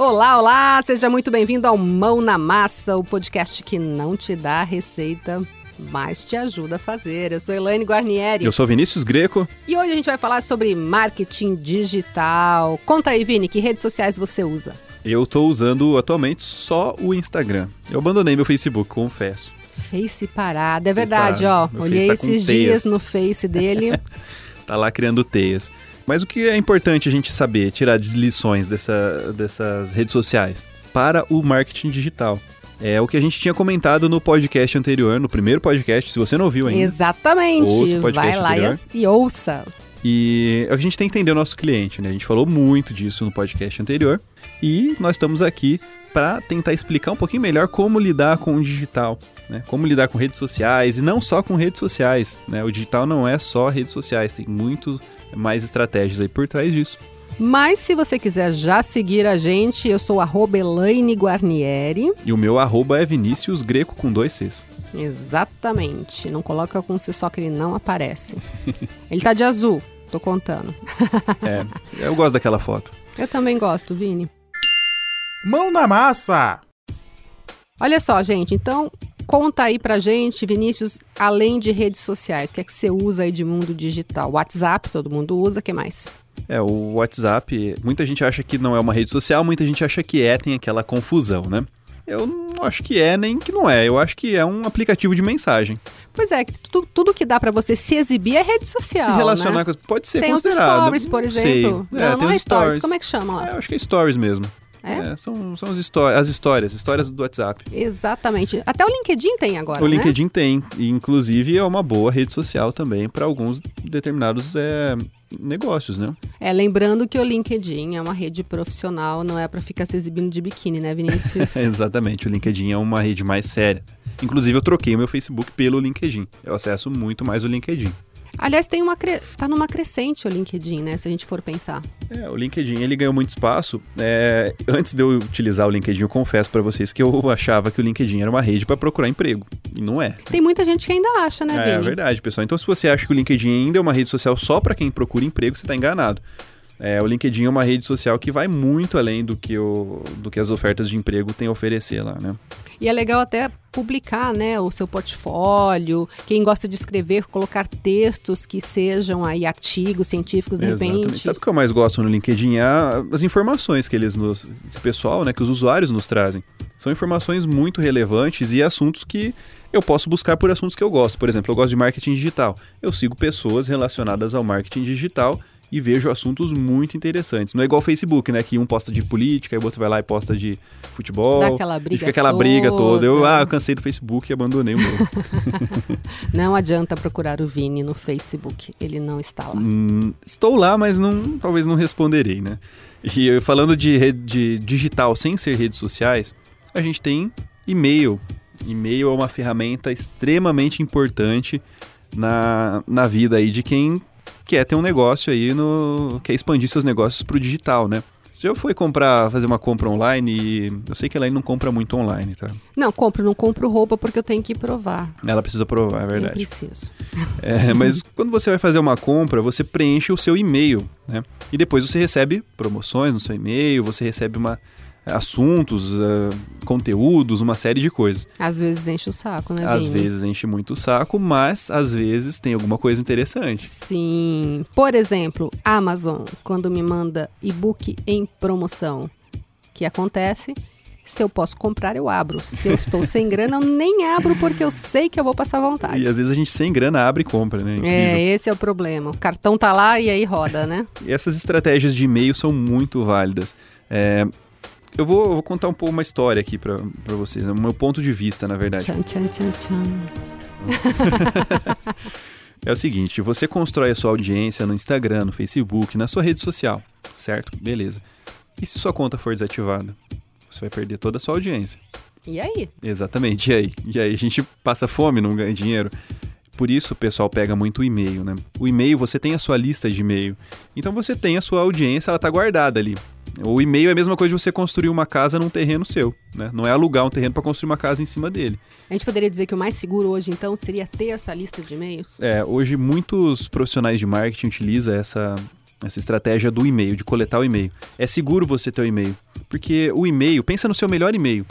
Olá, olá! Seja muito bem-vindo ao Mão na Massa, o podcast que não te dá receita, mas te ajuda a fazer. Eu sou Elaine Guarnieri. Eu sou Vinícius Greco. E hoje a gente vai falar sobre marketing digital. Conta aí, Vini, que redes sociais você usa? Eu tô usando atualmente só o Instagram. Eu abandonei meu Facebook, confesso. Face parado, é verdade, ó. Olhei esses dias no Face dele. Tá lá criando teias. Mas o que é importante a gente saber, tirar de lições dessas redes sociais para o marketing digital? É o que a gente tinha comentado no podcast anterior, no primeiro podcast, se você não ouviu ainda. Exatamente, ouça o podcast vai lá anterior. e ouça. E a gente tem que entender o nosso cliente, né? A gente falou muito disso no podcast anterior e nós estamos aqui para tentar explicar um pouquinho melhor como lidar com o digital, né? Como lidar com redes sociais e não só com redes sociais, né? O digital não é só redes sociais, tem muito mais estratégias aí por trás disso. Mas se você quiser já seguir a gente, eu sou @Elaine Guarnieri. E o meu @é Vinícius Greco com 2 Cs. Exatamente, não coloca com C só que ele não aparece. Ele tá de azul, tô contando. É, eu gosto daquela foto. Eu também gosto, Vini. Mão na massa! Olha só, gente, então conta aí pra gente, Vinícius, além de redes sociais, o que é que você usa aí de mundo digital? WhatsApp, todo mundo usa, o que mais? O WhatsApp, muita gente acha que não é uma rede social, muita gente acha que tem aquela confusão, né? Eu não acho que nem que não é, eu acho que é um aplicativo de mensagem. Pois é, tudo que dá pra você se exibir é rede social, se relacionar, né? com pode ser tem considerado. Tem os stories, por exemplo. Sei. Não é stories, como é que chama lá? Eu acho que é stories mesmo. São as histórias do WhatsApp. Exatamente. Até o LinkedIn tem agora, O LinkedIn tem, e inclusive é uma boa rede social também para alguns determinados negócios, né? Lembrando que o LinkedIn é uma rede profissional, não é para ficar se exibindo de biquíni, né, Vinícius? Exatamente, o LinkedIn é uma rede mais séria. Inclusive eu troquei o meu Facebook pelo LinkedIn, eu acesso muito mais o LinkedIn. Aliás, tá numa crescente o LinkedIn, né, se a gente for pensar. O LinkedIn, ele ganhou muito espaço. Antes de eu utilizar o LinkedIn, eu confesso para vocês que eu achava que o LinkedIn era uma rede para procurar emprego. E não é. Tem muita gente que ainda acha, né, Vini? É verdade, pessoal. Então, se você acha que o LinkedIn ainda é uma rede social só para quem procura emprego, você está enganado. O LinkedIn é uma rede social que vai muito além do que as ofertas de emprego têm a oferecer lá, né? E é legal até publicar, né, o seu portfólio, quem gosta de escrever, colocar textos que sejam aí artigos científicos, de repente. Sabe o que eu mais gosto no LinkedIn? As informações que que o pessoal, né, que os usuários nos trazem. São informações muito relevantes e assuntos que eu posso buscar por assuntos que eu gosto. Por exemplo, eu gosto de marketing digital. Eu sigo pessoas relacionadas ao marketing digital e vejo assuntos muito interessantes. Não é igual o Facebook, né? Que um posta de política, aí o outro vai lá e posta de futebol. Dá aquela briga e fica aquela briga toda. Eu cansei do Facebook e abandonei o meu. Não adianta procurar o Vini no Facebook, ele não está lá. Estou lá, mas talvez não responderei, né? E falando de rede digital sem ser redes sociais, a gente tem e-mail. E-mail é uma ferramenta extremamente importante na vida aí de quem quer ter um negócio aí, quer expandir seus negócios para o digital, né? Você já foi fazer uma compra online e eu sei que ela ainda não compra muito online, tá? Não compro roupa porque eu tenho que provar. Ela precisa provar, é verdade. Eu preciso. Mas quando você vai fazer uma compra, você preenche o seu e-mail, né? E depois você recebe promoções no seu e-mail, você recebe assuntos, conteúdos, uma série de coisas. Às vezes enche o saco, né, Às Vini? vezes enche muito o saco, mas às vezes tem alguma coisa interessante. Sim. Por exemplo, Amazon, quando me manda e-book em promoção. O que acontece? Se eu posso comprar, eu abro. Se eu estou sem grana, eu nem abro porque eu sei que eu vou passar vontade. E às vezes a gente sem grana abre e compra, né? Incrível. Esse é o problema. O cartão tá lá e aí roda, né? E essas estratégias de e-mail são muito válidas. Eu vou contar um pouco uma história aqui pra vocês, o meu ponto de vista, na verdade. Tchan, tchan, tchan, tchan. É o seguinte, você constrói a sua audiência no Instagram, no Facebook, na sua rede social, certo? Beleza. E se sua conta for desativada? Você vai perder toda a sua audiência. E aí? Exatamente, e aí? E aí a gente passa fome, não ganha dinheiro. Por isso o pessoal pega muito o e-mail, né? O e-mail, você tem a sua lista de e-mail. Então você tem a sua audiência, ela tá guardada ali. O e-mail é a mesma coisa de você construir uma casa num terreno seu, né? Não é alugar um terreno para construir uma casa em cima dele. A gente poderia dizer que o mais seguro hoje, então, seria ter essa lista de e-mails? Hoje muitos profissionais de marketing utilizam essa estratégia do e-mail, de coletar o e-mail. É seguro você ter o e-mail, porque o e-mail, pensa no seu melhor e-mail.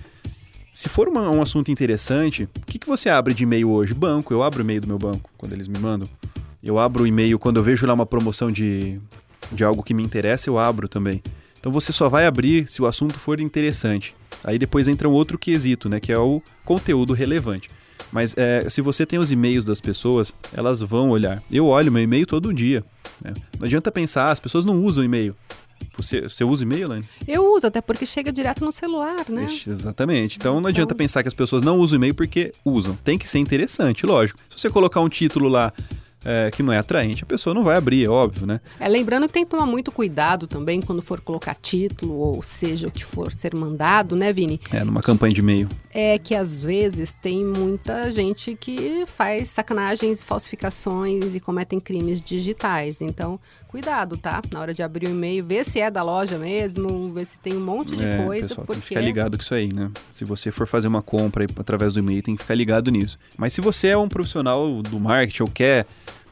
Se for um assunto interessante, o que você abre de e-mail hoje? Banco, eu abro o e-mail do meu banco, quando eles me mandam. Eu abro o e-mail, quando eu vejo lá uma promoção de algo que me interessa, eu abro também. Então você só vai abrir se o assunto for interessante. Aí depois entra um outro quesito, né, que é o conteúdo relevante. Mas se você tem os e-mails das pessoas, elas vão olhar. Eu olho meu e-mail todo dia. Né? Não adianta pensar, as pessoas não usam e-mail. Você usa e-mail, Elaine? Eu uso, até porque chega direto no celular, né? Exatamente. Então não adianta pensar que as pessoas não usam e-mail porque usam. Tem que ser interessante, lógico. Se você colocar um título lá que não é atraente, a pessoa não vai abrir, é óbvio, né? Lembrando que tem que tomar muito cuidado também quando for colocar título, ou seja, o que for ser mandado, né, Vini? Numa campanha de e-mail. É que às vezes tem muita gente que faz sacanagens, falsificações e cometem crimes digitais. Então, cuidado, tá? Na hora de abrir o e-mail, vê se é da loja mesmo, vê se tem um monte de coisa. Pessoal, porque... tem que ficar ligado com isso aí, né? Se você for fazer uma compra através do e-mail, tem que ficar ligado nisso. Mas se você é um profissional do marketing ou quer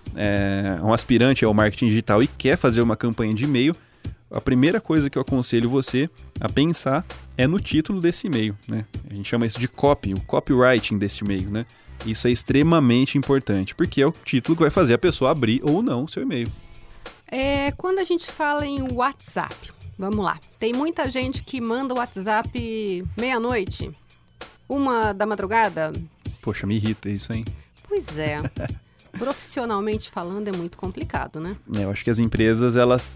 um aspirante ao marketing digital e quer fazer uma campanha de e-mail, a primeira coisa que eu aconselho você a pensar é no título desse e-mail, né? A gente chama isso de copy, o copywriting desse e-mail, né? Isso é extremamente importante, porque é o título que vai fazer a pessoa abrir ou não o seu e-mail. Quando a gente fala em WhatsApp, vamos lá, tem muita gente que manda o WhatsApp meia-noite, 1 da madrugada. Poxa, me irrita isso, hein? Pois é. Profissionalmente falando é muito complicado, né? Eu acho que as empresas,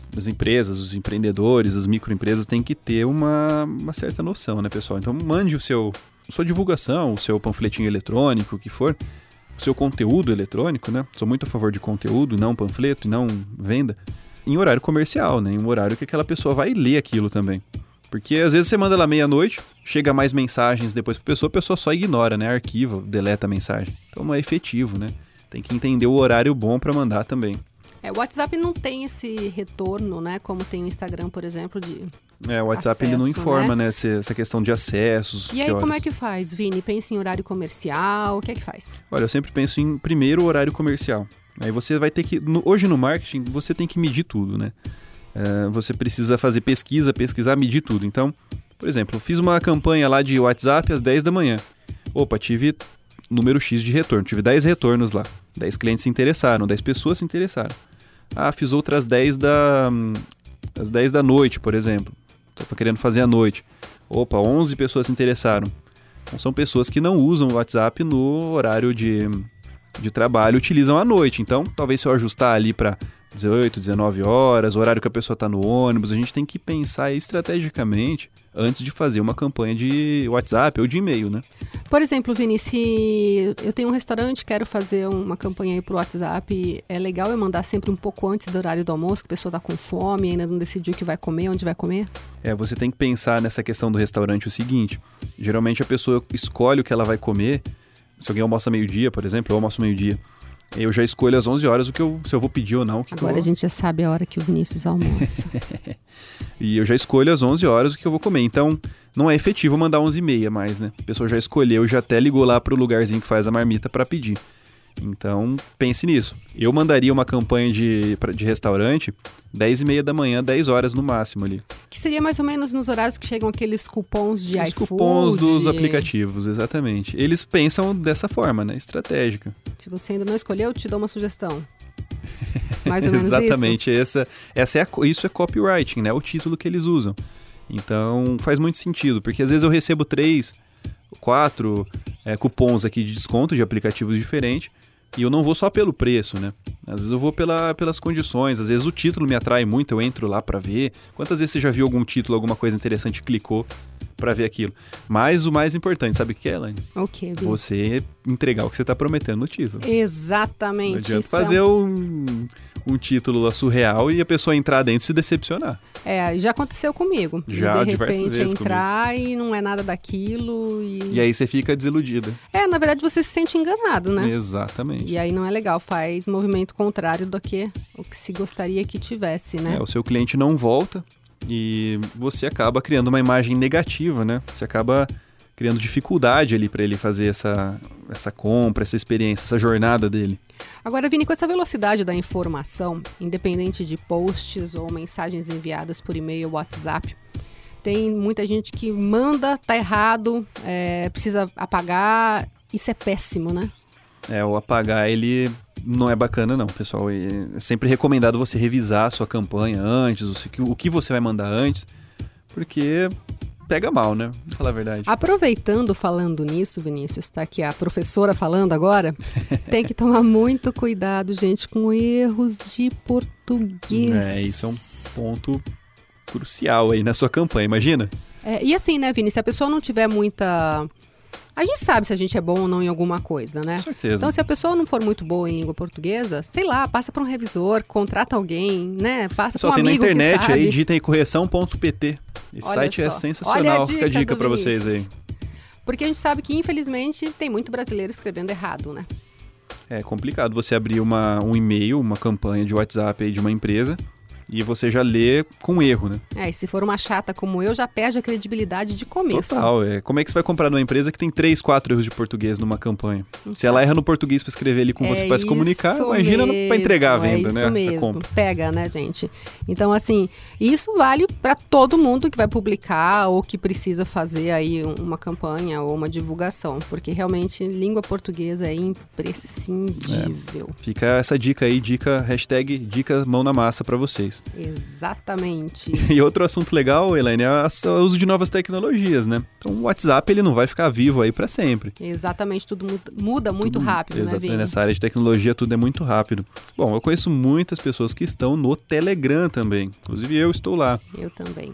os empreendedores, as microempresas têm que ter uma certa noção, né, pessoal? Então mande sua divulgação, o seu panfletinho eletrônico, o que for, o seu conteúdo eletrônico, né? Sou muito a favor de conteúdo, não panfleto e não venda, em horário comercial, né? Em um horário que aquela pessoa vai ler aquilo também. Porque às vezes você manda lá meia-noite, chega mais mensagens depois pra pessoa, a pessoa só ignora, né? Arquiva, deleta a mensagem. Então não é efetivo, né? Tem que entender o horário bom para mandar também. O WhatsApp não tem esse retorno, né? Como tem o Instagram, por exemplo, de o WhatsApp acesso, ele não informa, né? Essa questão de acessos. E aí como é que faz, Vini? Pensa em horário comercial, o que é que faz? Olha, eu sempre penso em primeiro horário comercial. Aí você vai ter que... Hoje no marketing, você tem que medir tudo, né? Você precisa fazer pesquisar, medir tudo. Então, por exemplo, eu fiz uma campanha lá de WhatsApp às 10 da manhã. Opa, tive número X de retorno, tive 10 retornos lá. 10 clientes se interessaram, 10 pessoas se interessaram. Fiz outras 10 às 10 da noite, por exemplo. Estou querendo fazer à noite. Opa, 11 pessoas se interessaram. Então, são pessoas que não usam o WhatsApp no horário de trabalho, utilizam à noite. Então, talvez se eu ajustar ali para 18, 19 horas, o horário que a pessoa está no ônibus, a gente tem que pensar estrategicamente antes de fazer uma campanha de WhatsApp ou de e-mail, né? Por exemplo, Vini, se eu tenho um restaurante, quero fazer uma campanha aí pro WhatsApp, é legal eu mandar sempre um pouco antes do horário do almoço, que a pessoa está com fome, ainda não decidiu o que vai comer, onde vai comer? Você tem que pensar nessa questão do restaurante o seguinte, geralmente a pessoa escolhe o que ela vai comer, se alguém almoça meio-dia, por exemplo, eu almoço meio-dia, eu já escolho às 11 horas se eu vou pedir ou não. Agora a gente já sabe a hora que o Vinícius almoça. E eu já escolho às 11 horas o que eu vou comer. Então, não é efetivo mandar 11h30 mais, né? A pessoa já escolheu, já até ligou lá pro lugarzinho que faz a marmita para pedir. Então, pense nisso. Eu mandaria uma campanha de restaurante 10h30 da manhã, 10 horas no máximo ali. Que seria mais ou menos nos horários que chegam aqueles cupons de iFood. Os cupons dos aplicativos, exatamente. Eles pensam dessa forma, né? Estratégica. Se você ainda não escolheu, eu te dou uma sugestão. Mais ou menos exatamente, isso? Isso é copywriting, né? O título que eles usam. Então, faz muito sentido, porque às vezes eu recebo 3, 4 cupons aqui de desconto de aplicativos diferentes, e eu não vou só pelo preço, né? Às vezes eu vou pelas condições, às vezes o título me atrai muito, eu entro lá para ver. Quantas vezes você já viu algum título, alguma coisa interessante, clicou para ver aquilo? Mas o mais importante, sabe o que é, Elaine? O quê, Vini? Você entregar o que você está prometendo no título. Exatamente. Não adianta fazer um título lá surreal e a pessoa entrar dentro e se decepcionar. Já aconteceu comigo. Já, de diversas repente vezes entrar comigo. E não é nada daquilo. E aí você fica desiludida. Na verdade você se sente enganado, né? Exatamente. E aí não é legal, faz movimento contrário do que o que se gostaria que tivesse, né? O seu cliente não volta e você acaba criando uma imagem negativa, né? Você acaba criando dificuldade ali para ele fazer essa compra, essa experiência, essa jornada dele. Agora, Vini, com essa velocidade da informação, independente de posts ou mensagens enviadas por e-mail ou WhatsApp, tem muita gente que manda, tá errado, precisa apagar. Isso é péssimo, né? O apagar, ele não é bacana não, pessoal. É sempre recomendado você revisar a sua campanha antes, o que você vai mandar antes, porque pega mal, né? Vou falar a verdade. Aproveitando, falando nisso, Vinícius, tá aqui a professora falando agora, tem que tomar muito cuidado, gente, com erros de português. Isso é um ponto crucial aí na sua campanha, imagina? E assim, né, Vini, se a pessoa não tiver muita... A gente sabe se a gente é bom ou não em alguma coisa, né? Com certeza. Então, se a pessoa não for muito boa em língua portuguesa, sei lá, passa para um revisor, contrata alguém, né? Passa para um amigo que sabe. Tem na internet aí, digita aí correção.pt. Esse site é sensacional. Fica a dica para vocês aí. Porque a gente sabe que, infelizmente, tem muito brasileiro escrevendo errado, né? É complicado você abrir um e-mail, uma campanha de WhatsApp aí de uma empresa e você já lê com erro, né? E se for uma chata como eu, já perde a credibilidade de começo. Total. Como é que você vai comprar numa empresa que tem 3, 4 erros de português numa campanha? Se ela erra no português para escrever ali com você para se comunicar, imagina para entregar a venda, né? Isso mesmo. Pega, né, gente? Então, assim, isso vale para todo mundo que vai publicar ou que precisa fazer aí uma campanha ou uma divulgação, porque realmente língua portuguesa é imprescindível. Fica essa dica aí, hashtag dica mão na massa para vocês. Exatamente. E outro assunto legal, Elaine, é o uso de novas tecnologias, né? Então o WhatsApp ele não vai ficar vivo aí para sempre. Exatamente, tudo muda muito rápido, né, Vini? Nessa área de tecnologia tudo é muito rápido. Bom, eu conheço muitas pessoas que estão no Telegram também. Inclusive eu estou lá. Eu também.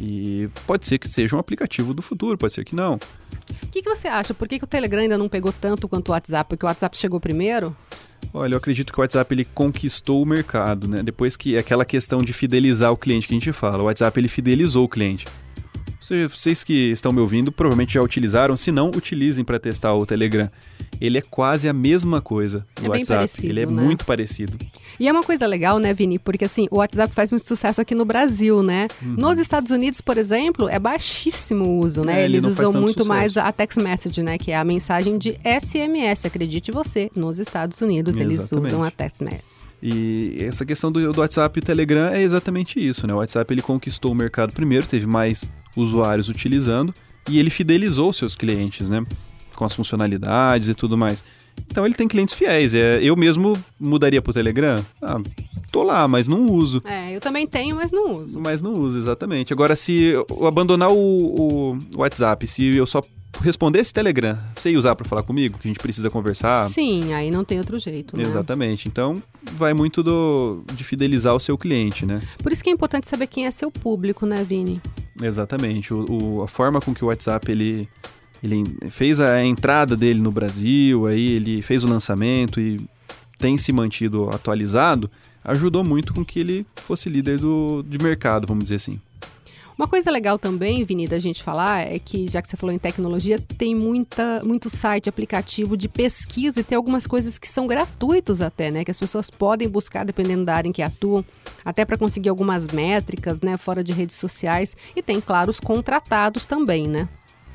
E pode ser que seja um aplicativo do futuro, pode ser que não. O que você acha? Por que o Telegram ainda não pegou tanto quanto o WhatsApp? Porque o WhatsApp chegou primeiro? Olha, eu acredito que o WhatsApp ele conquistou o mercado, né? Depois que aquela questão de fidelizar o cliente que a gente fala, o WhatsApp ele fidelizou o cliente. Vocês que estão me ouvindo provavelmente já utilizaram, se não, utilizem para testar o Telegram. Ele é quase a mesma coisa do WhatsApp, parecido, ele é muito parecido. E é uma coisa legal, né, Vini? Porque assim, o WhatsApp faz muito sucesso aqui no Brasil, né? Nos Estados Unidos, por exemplo, é baixíssimo o uso, né? Eles usam muito mais a text message, né? Que é a mensagem de SMS, acredite você. Nos Estados Unidos, eles usam a text message. E essa questão do WhatsApp e o Telegram é exatamente isso, né? O WhatsApp ele conquistou o mercado primeiro, teve mais usuários utilizando e ele fidelizou seus clientes, né? Com as funcionalidades e tudo mais. Então ele tem clientes fiéis. Eu mesmo mudaria pro Telegram? Tô lá, mas não uso. Eu também tenho, mas não uso. Mas não uso, exatamente. Agora, se eu abandonar o WhatsApp, se eu só responder esse Telegram, você ia usar para falar comigo, que a gente precisa conversar? Sim, aí não tem outro jeito, né? Exatamente. Então, vai muito de fidelizar o seu cliente, né? Por isso que é importante saber quem é seu público, né, Vini? Exatamente. A forma com que o WhatsApp, ele fez a entrada dele no Brasil, aí ele fez o lançamento e tem se mantido atualizado, ajudou muito com que ele fosse líder de mercado, vamos dizer assim. Uma coisa legal também, Vini, da gente falar é que, já que você falou em tecnologia, tem muito site, aplicativo de pesquisa e tem algumas coisas que são gratuitos até, né? Que as pessoas podem buscar dependendo da área em que atuam, até para conseguir algumas métricas, né? Fora de redes sociais. E tem, claro, os contratados também, né?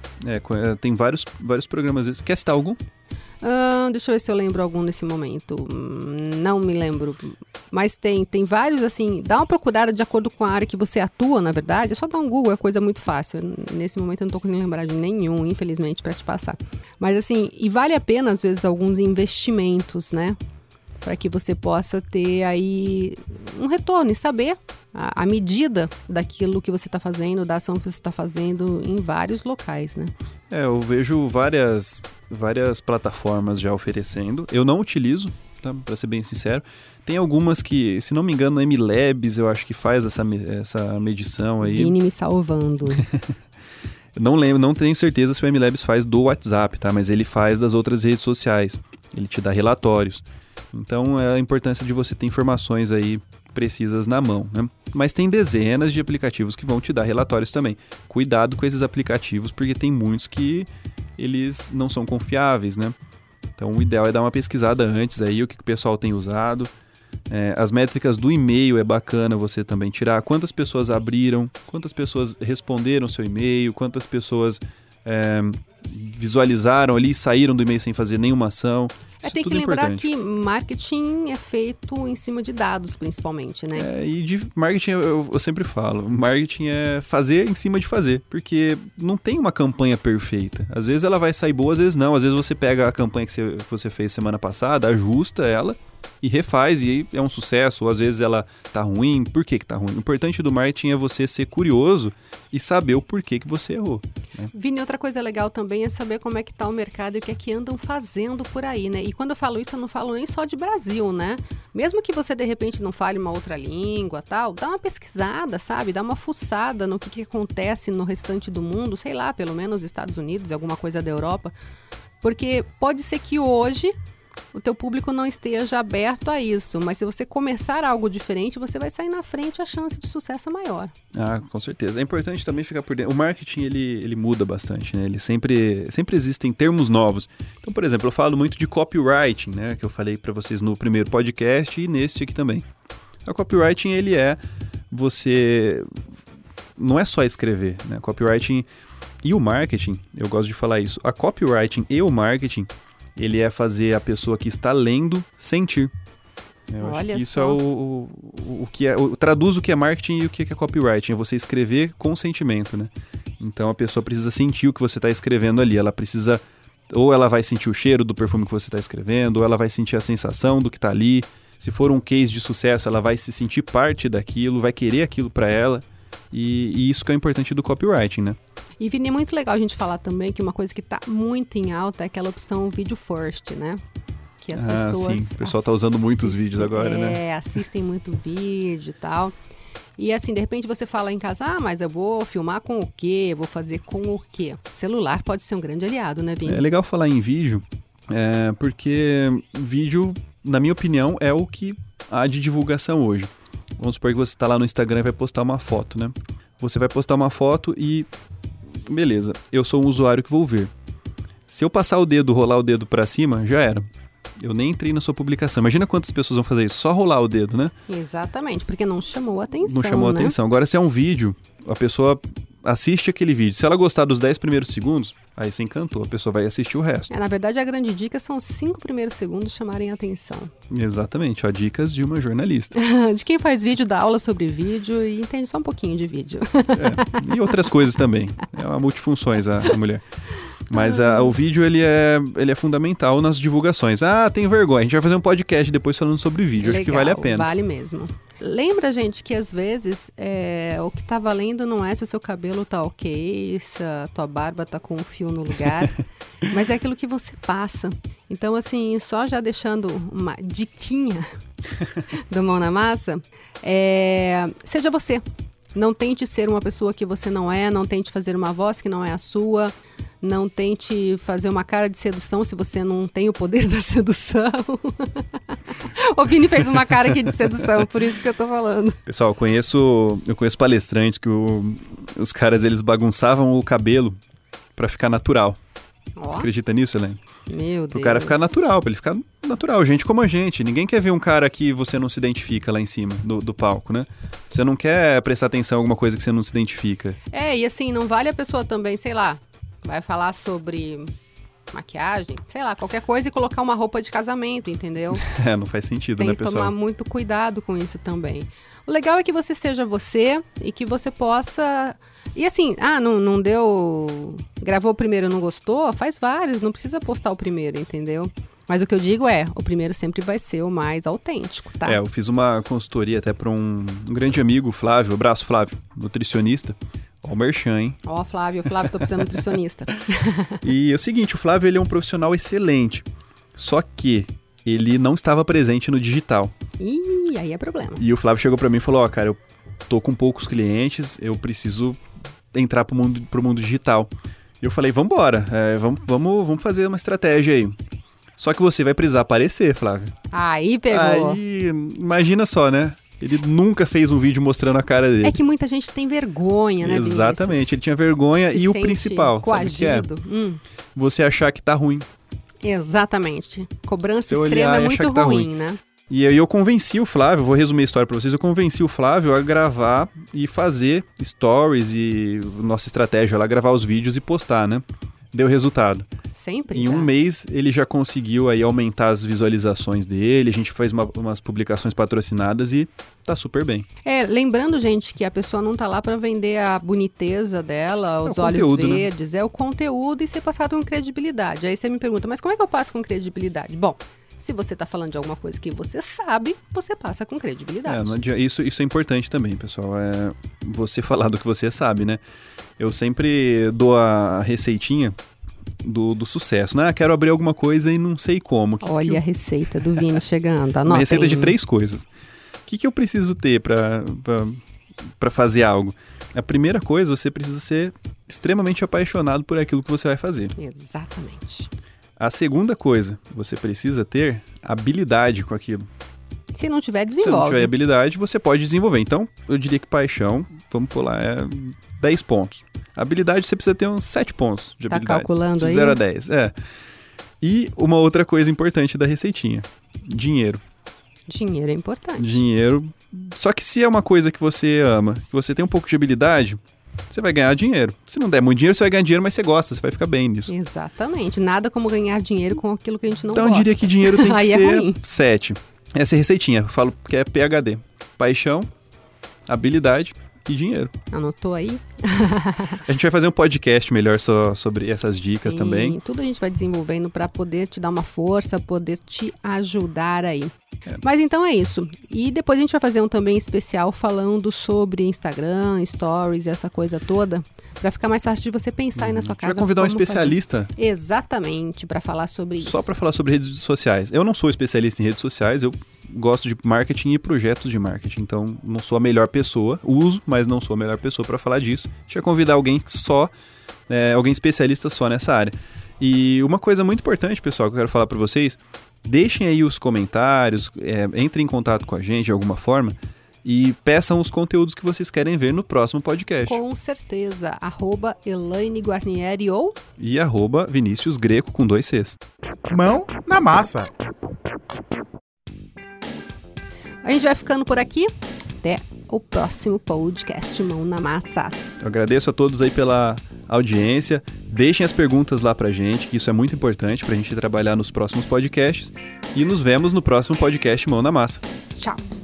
Tem vários programas. Quer citar algum? Deixa eu ver se eu lembro algum nesse momento. Não me lembro. Mas tem vários, assim, dá uma procurada de acordo com a área que você atua, na verdade. É só dar um Google, é coisa muito fácil. Nesse momento eu não tô conseguindo lembrar de nenhum, infelizmente, para te passar. Mas assim, e vale a pena, às vezes, alguns investimentos, né? Para que você possa ter aí um retorno e saber a medida daquilo que você está fazendo, da ação que você está fazendo em vários locais, né? Eu vejo várias plataformas já oferecendo. Eu não utilizo, tá? Para ser bem sincero. Tem algumas que, se não me engano, a MLabs, eu acho que faz essa medição aí. Vini me salvando. Não lembro, não tenho certeza se o MLabs faz do WhatsApp, tá? Mas ele faz das outras redes sociais. Ele te dá relatórios. Então, é a importância de você ter informações aí precisas na mão, né? Mas tem dezenas de aplicativos que vão te dar relatórios também. Cuidado com esses aplicativos, porque tem muitos que eles não são confiáveis, né? Então, o ideal é dar uma pesquisada antes aí, o que o pessoal tem usado. As métricas do e-mail é bacana você também tirar. Quantas pessoas abriram, quantas pessoas responderam seu e-mail, quantas pessoas visualizaram ali e saíram do e-mail sem fazer nenhuma ação. Tem que lembrar que marketing é feito em cima de dados, principalmente, né? E de marketing, eu sempre falo, marketing é fazer em cima de fazer, porque não tem uma campanha perfeita. Às vezes ela vai sair boa, às vezes não. Às vezes você pega a campanha que você fez semana passada, ajusta ela e refaz, e é um sucesso, ou às vezes ela tá ruim. Por que tá ruim? O importante do marketing é você ser curioso e saber o porquê que você errou, né? Vini, outra coisa legal também é saber como é que tá o mercado e o que é que andam fazendo por aí, né? E quando eu falo isso, eu não falo nem só de Brasil, né? Mesmo que você, de repente, não fale uma outra língua, tal, dá uma pesquisada, sabe? Dá uma fuçada no que acontece no restante do mundo, sei lá, pelo menos Estados Unidos e alguma coisa da Europa. Porque pode ser que hoje o teu público não esteja aberto a isso, mas se você começar algo diferente, você vai sair na frente, a chance de sucesso é maior. Com certeza. É importante também ficar por dentro. O marketing, ele muda bastante, né? Ele sempre existem termos novos. Então, por exemplo, eu falo muito de copywriting, né? Que eu falei para vocês no primeiro podcast e neste aqui também. O copywriting, ele você... Não é só escrever, né? Copywriting e o marketing, eu gosto de falar isso. A copywriting e o marketing, ele é fazer a pessoa que está lendo sentir. Eu acho que isso é o que é. Traduz o que é marketing e o que é copywriting. É você escrever com sentimento, né? Então a pessoa precisa sentir o que você está escrevendo ali. Ela precisa. Ou ela vai sentir o cheiro do perfume que você está escrevendo, ou ela vai sentir a sensação do que está ali. Se for um case de sucesso, ela vai se sentir parte daquilo, vai querer aquilo para ela. E isso que é importante do copywriting, né? E, Vini, é muito legal a gente falar também que uma coisa que está muito em alta é aquela opção Video First, né? Que as pessoas... Sim, o pessoal está usando muitos vídeos agora, né? Assistem muito vídeo e tal. E assim, de repente você fala em casa, mas eu vou filmar com o quê? Eu vou fazer com o quê? O celular pode ser um grande aliado, né, Vini? É legal falar em vídeo, porque vídeo, na minha opinião, é o que há de divulgação hoje. Vamos supor que você está lá no Instagram e vai postar uma foto, né? Você vai postar uma foto e... Beleza, eu sou um usuário que vou ver. Se eu passar o dedo, rolar o dedo pra cima, já era. Eu nem entrei na sua publicação. Imagina quantas pessoas vão fazer isso, só rolar o dedo, né? Exatamente, porque não chamou a atenção, Não chamou a atenção. Agora, se é um vídeo, a pessoa assiste aquele vídeo. Se ela gostar dos 10 primeiros segundos, aí você encantou, a pessoa vai assistir o resto. Na verdade, a grande dica são os 5 primeiros segundos chamarem a atenção. Exatamente, dicas de uma jornalista. De quem faz vídeo, dá aula sobre vídeo e entende só um pouquinho de vídeo. E outras coisas também. É uma multifunções a mulher. Mas o vídeo, ele é fundamental nas divulgações. Tenho vergonha. A gente vai fazer um podcast depois falando sobre vídeo. Legal, acho que vale a pena. Vale mesmo. Lembra, gente, que às vezes o que tá valendo não é se o seu cabelo tá ok, se a tua barba tá com um fio no lugar, mas é aquilo que você passa. Então, assim, só já deixando uma diquinha do Mão na Massa, seja você. Não tente ser uma pessoa que você não é, não tente fazer uma voz que não é a sua, não tente fazer uma cara de sedução se você não tem o poder da sedução. O Vini fez uma cara aqui de sedução, por isso que eu tô falando. Pessoal, eu conheço palestrantes que os caras, eles bagunçavam o cabelo pra ficar natural. Você acredita nisso, Helene? Meu Deus. Pro cara ficar natural, pra ele ficar natural, gente como a gente. Ninguém quer ver um cara que você não se identifica lá em cima do palco, né? Você não quer prestar atenção em alguma coisa que você não se identifica. E assim, não vale a pessoa também, sei lá, vai falar sobre maquiagem, sei lá, qualquer coisa e colocar uma roupa de casamento, entendeu? Não faz sentido, Tem né, que pessoal? tomar muito cuidado com isso também. O legal é que você seja você e que você possa... E assim, não deu... Gravou o primeiro e não gostou? Faz vários, não precisa postar o primeiro, entendeu? Mas o que eu digo o primeiro sempre vai ser o mais autêntico, tá? Eu fiz uma consultoria até para um grande amigo, Flávio, abraço Flávio, nutricionista. Ó o merchan, hein? Ó, Flávio, tô precisando de nutricionista. E é o seguinte, o Flávio, ele é um profissional excelente, só que ele não estava presente no digital. Ih, aí é problema. E o Flávio chegou para mim e falou, cara, eu tô com poucos clientes, eu preciso entrar pro mundo digital. E eu falei, vambora, vamos fazer uma estratégia aí. Só que você vai precisar aparecer, Flávio. Aí pegou. Aí, imagina só, né? Ele nunca fez um vídeo mostrando a cara dele. É que muita gente tem vergonha, né, Vinícius? Exatamente, ele tinha vergonha. E o principal, coagido. sabe o que é? Você achar que tá ruim. Exatamente. Cobrança Você extrema é muito tá ruim, né? E aí eu convenci o Flávio, vou resumir a história pra vocês, eu convenci o Flávio a gravar e fazer stories e nossa estratégia lá, gravar os vídeos e postar, né? deu resultado. Sempre. Em um mês, ele já conseguiu aí aumentar as visualizações dele, a gente fez umas publicações patrocinadas e tá super bem. Lembrando, gente, que a pessoa não tá lá para vender a boniteza dela, os olhos conteúdo, verdes, né? É o conteúdo e ser passado com credibilidade. Aí você me pergunta, mas como é que eu passo com credibilidade? Bom, se você tá falando de alguma coisa que você sabe, você passa com credibilidade. Não adianta, isso é importante também, pessoal. Você falar do que você sabe, né? Eu sempre dou a receitinha do sucesso, né? Quero abrir alguma coisa e não sei como. Olha a receita do Vini chegando. Anotem. Uma receita de 3 coisas. O que eu preciso ter para fazer algo? A primeira coisa, você precisa ser extremamente apaixonado por aquilo que você vai fazer. Exatamente. A segunda coisa, você precisa ter habilidade com aquilo. Se não tiver, desenvolve. Se não tiver habilidade, você pode desenvolver. Então, eu diria que paixão, vamos pular, 10 pontos. Habilidade, você precisa ter uns 7 pontos de habilidade. Tá calculando aí? De 0 a 10, E uma outra coisa importante da receitinha, dinheiro. Dinheiro é importante. Dinheiro, só que se é uma coisa que você ama, que você tem um pouco de habilidade, você vai ganhar dinheiro. Se não der muito dinheiro, você vai ganhar dinheiro, mas você gosta, você vai ficar bem nisso. Exatamente. Nada como ganhar dinheiro com aquilo que a gente não gosta. gosta. Então eu diria que dinheiro tem que aí ser 7. Essa é a receitinha, eu falo que é PHD. Paixão, habilidade e dinheiro. Anotou aí? A gente vai fazer um podcast melhor sobre essas dicas. Sim, também. Tudo a gente vai desenvolvendo para poder te dar uma força, poder te ajudar aí. Mas então é isso. E depois a gente vai fazer um também especial falando sobre Instagram, Stories e essa coisa toda, para ficar mais fácil de você pensar aí na sua casa. Vai convidar um especialista. Fazer. Exatamente, para falar sobre isso. Só para falar sobre redes sociais. Eu não sou especialista em redes sociais, eu gosto de marketing e projetos de marketing, então não sou a melhor pessoa, uso, mas não sou a melhor pessoa para falar disso. A gente vai convidar alguém alguém especialista só nessa área. E uma coisa muito importante, pessoal, que eu quero falar para vocês, deixem aí os comentários, entrem em contato com a gente de alguma forma e peçam os conteúdos que vocês querem ver no próximo podcast. Com certeza. @Elaine Guarnieri e @Vinícius Greco com 2 Cs. Mão na massa. A gente vai ficando por aqui. Até o próximo podcast Mão na Massa. Eu agradeço a todos aí pela audiência. Deixem as perguntas lá pra gente, que isso é muito importante pra gente trabalhar nos próximos podcasts. E nos vemos no próximo podcast Mão na Massa. Tchau.